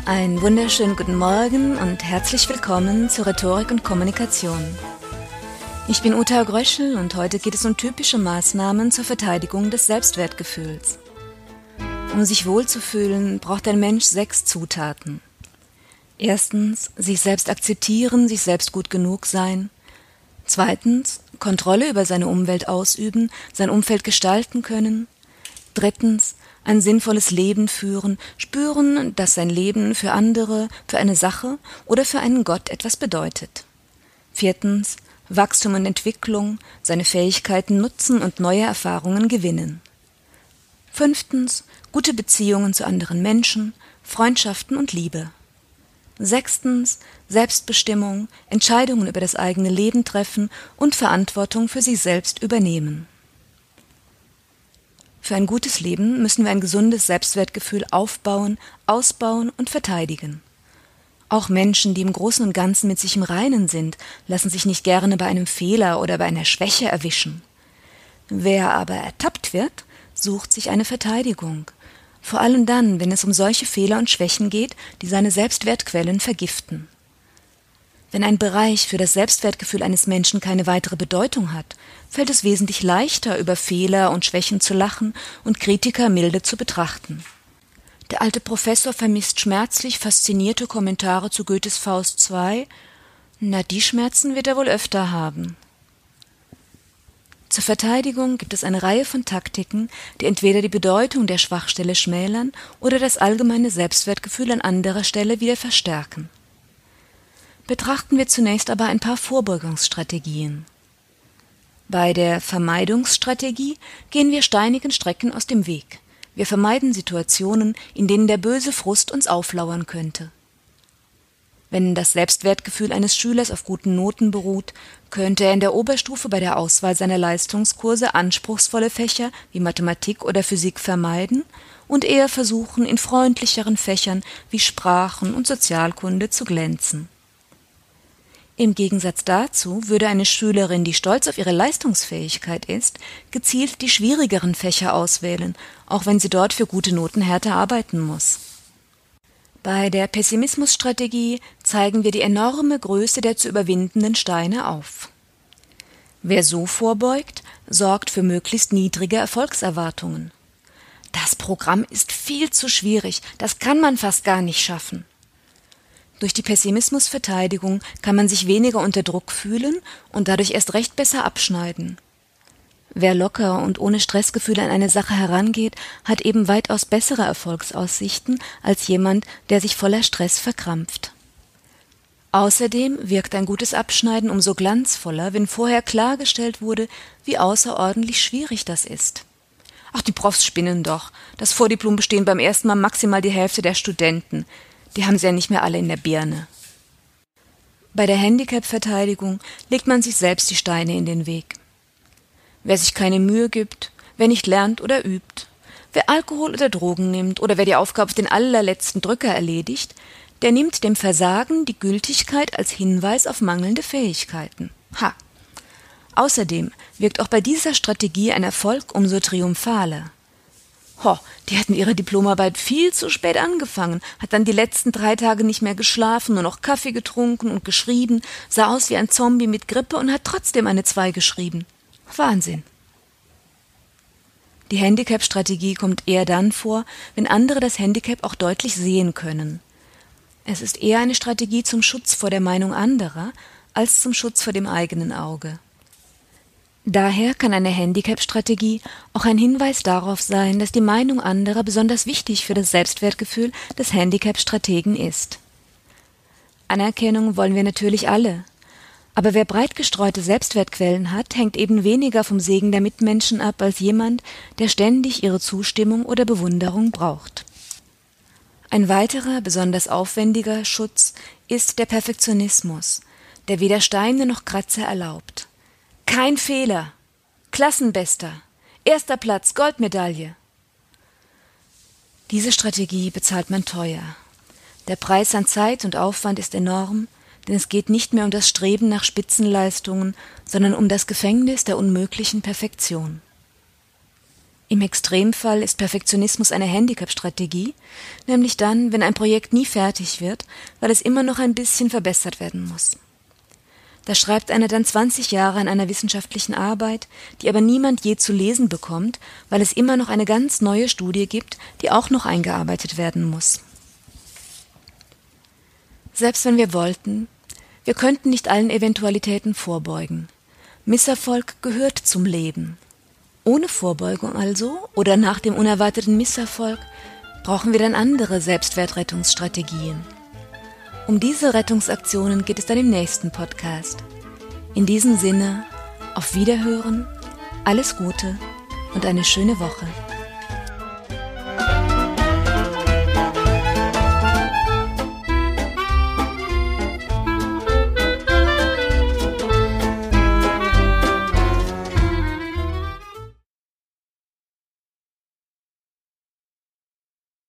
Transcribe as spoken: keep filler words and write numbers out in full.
Einen wunderschönen guten Morgen und herzlich willkommen zu Rhetorik und Kommunikation. Ich bin Uta Gröschel und heute geht es um typische Maßnahmen zur Verteidigung des Selbstwertgefühls. Um sich wohlzufühlen, braucht ein Mensch sechs Zutaten. Erstens, sich selbst akzeptieren, sich selbst gut genug sein. Zweitens, Kontrolle über seine Umwelt ausüben, sein Umfeld gestalten können. Drittens, ein sinnvolles Leben führen, spüren, dass sein Leben für andere, für eine Sache oder für einen Gott etwas bedeutet. Viertens, Wachstum und Entwicklung, seine Fähigkeiten nutzen und neue Erfahrungen gewinnen. Fünftens, gute Beziehungen zu anderen Menschen, Freundschaften und Liebe. Sechstens, Selbstbestimmung, Entscheidungen über das eigene Leben treffen und Verantwortung für sich selbst übernehmen. Für ein gutes Leben müssen wir ein gesundes Selbstwertgefühl aufbauen, ausbauen und verteidigen. Auch Menschen, die im Großen und Ganzen mit sich im Reinen sind, lassen sich nicht gerne bei einem Fehler oder bei einer Schwäche erwischen. Wer aber ertappt wird, sucht sich eine Verteidigung. Vor allem dann, wenn es um solche Fehler und Schwächen geht, die seine Selbstwertquellen vergiften. Wenn ein Bereich für das Selbstwertgefühl eines Menschen keine weitere Bedeutung hat, fällt es wesentlich leichter, über Fehler und Schwächen zu lachen und Kritiker milde zu betrachten. Der alte Professor vermisst schmerzlich faszinierte Kommentare zu Goethes Faust zwei. Na, die Schmerzen wird er wohl öfter haben. Zur Verteidigung gibt es eine Reihe von Taktiken, die entweder die Bedeutung der Schwachstelle schmälern oder das allgemeine Selbstwertgefühl an anderer Stelle wieder verstärken. Betrachten wir zunächst aber ein paar Vorbeugungsstrategien. Bei der Vermeidungsstrategie gehen wir steinigen Strecken aus dem Weg. Wir vermeiden Situationen, in denen der böse Frust uns auflauern könnte. Wenn das Selbstwertgefühl eines Schülers auf guten Noten beruht, könnte er in der Oberstufe bei der Auswahl seiner Leistungskurse anspruchsvolle Fächer wie Mathematik oder Physik vermeiden und eher versuchen, in freundlicheren Fächern wie Sprachen und Sozialkunde zu glänzen. Im Gegensatz dazu würde eine Schülerin, die stolz auf ihre Leistungsfähigkeit ist, gezielt die schwierigeren Fächer auswählen, auch wenn sie dort für gute Noten härter arbeiten muss. Bei der Pessimismusstrategie zeigen wir die enorme Größe der zu überwindenden Steine auf. Wer so vorbeugt, sorgt für möglichst niedrige Erfolgserwartungen. Das Programm ist viel zu schwierig, das kann man fast gar nicht schaffen. Durch die Pessimismusverteidigung kann man sich weniger unter Druck fühlen und dadurch erst recht besser abschneiden. Wer locker und ohne Stressgefühle an eine Sache herangeht, hat eben weitaus bessere Erfolgsaussichten als jemand, der sich voller Stress verkrampft. Außerdem wirkt ein gutes Abschneiden umso glanzvoller, wenn vorher klargestellt wurde, wie außerordentlich schwierig das ist. Ach, die Profs spinnen doch. Das Vordiplom bestehen beim ersten Mal maximal die Hälfte der Studenten. Die haben sie ja nicht mehr alle in der Birne. Bei der Handicap-Verteidigung legt man sich selbst die Steine in den Weg. Wer sich keine Mühe gibt, wer nicht lernt oder übt, wer Alkohol oder Drogen nimmt oder wer die Aufgabe auf den allerletzten Drücker erledigt, der nimmt dem Versagen die Gültigkeit als Hinweis auf mangelnde Fähigkeiten. Ha! Außerdem wirkt auch bei dieser Strategie ein Erfolg umso triumphaler. Ho, die hat mit ihrer Diplomarbeit viel zu spät angefangen, hat dann die letzten drei Tage nicht mehr geschlafen, nur noch Kaffee getrunken und geschrieben, sah aus wie ein Zombie mit Grippe und hat trotzdem eine zwei geschrieben. Wahnsinn. Die Handicap-Strategie kommt eher dann vor, wenn andere das Handicap auch deutlich sehen können. Es ist eher eine Strategie zum Schutz vor der Meinung anderer, als zum Schutz vor dem eigenen Auge. Daher kann eine Handicap-Strategie auch ein Hinweis darauf sein, dass die Meinung anderer besonders wichtig für das Selbstwertgefühl des Handicap-Strategen ist. Anerkennung wollen wir natürlich alle. Aber wer breit gestreute Selbstwertquellen hat, hängt eben weniger vom Segen der Mitmenschen ab als jemand, der ständig ihre Zustimmung oder Bewunderung braucht. Ein weiterer, besonders aufwendiger Schutz ist der Perfektionismus, der weder Steine noch Kratzer erlaubt. Kein Fehler, Klassenbester, erster Platz, Goldmedaille. Diese Strategie bezahlt man teuer. Der Preis an Zeit und Aufwand ist enorm, denn es geht nicht mehr um das Streben nach Spitzenleistungen, sondern um das Gefängnis der unmöglichen Perfektion. Im Extremfall ist Perfektionismus eine Handicap-Strategie, nämlich dann, wenn ein Projekt nie fertig wird, weil es immer noch ein bisschen verbessert werden muss. Da schreibt einer dann zwanzig Jahre an einer wissenschaftlichen Arbeit, die aber niemand je zu lesen bekommt, weil es immer noch eine ganz neue Studie gibt, die auch noch eingearbeitet werden muss. Selbst wenn wir wollten, wir könnten nicht allen Eventualitäten vorbeugen. Misserfolg gehört zum Leben. Ohne Vorbeugung also, oder nach dem unerwarteten Misserfolg, brauchen wir dann andere Selbstwertrettungsstrategien. Um diese Rettungsaktionen geht es dann im nächsten Podcast. In diesem Sinne, auf Wiederhören, alles Gute und eine schöne Woche.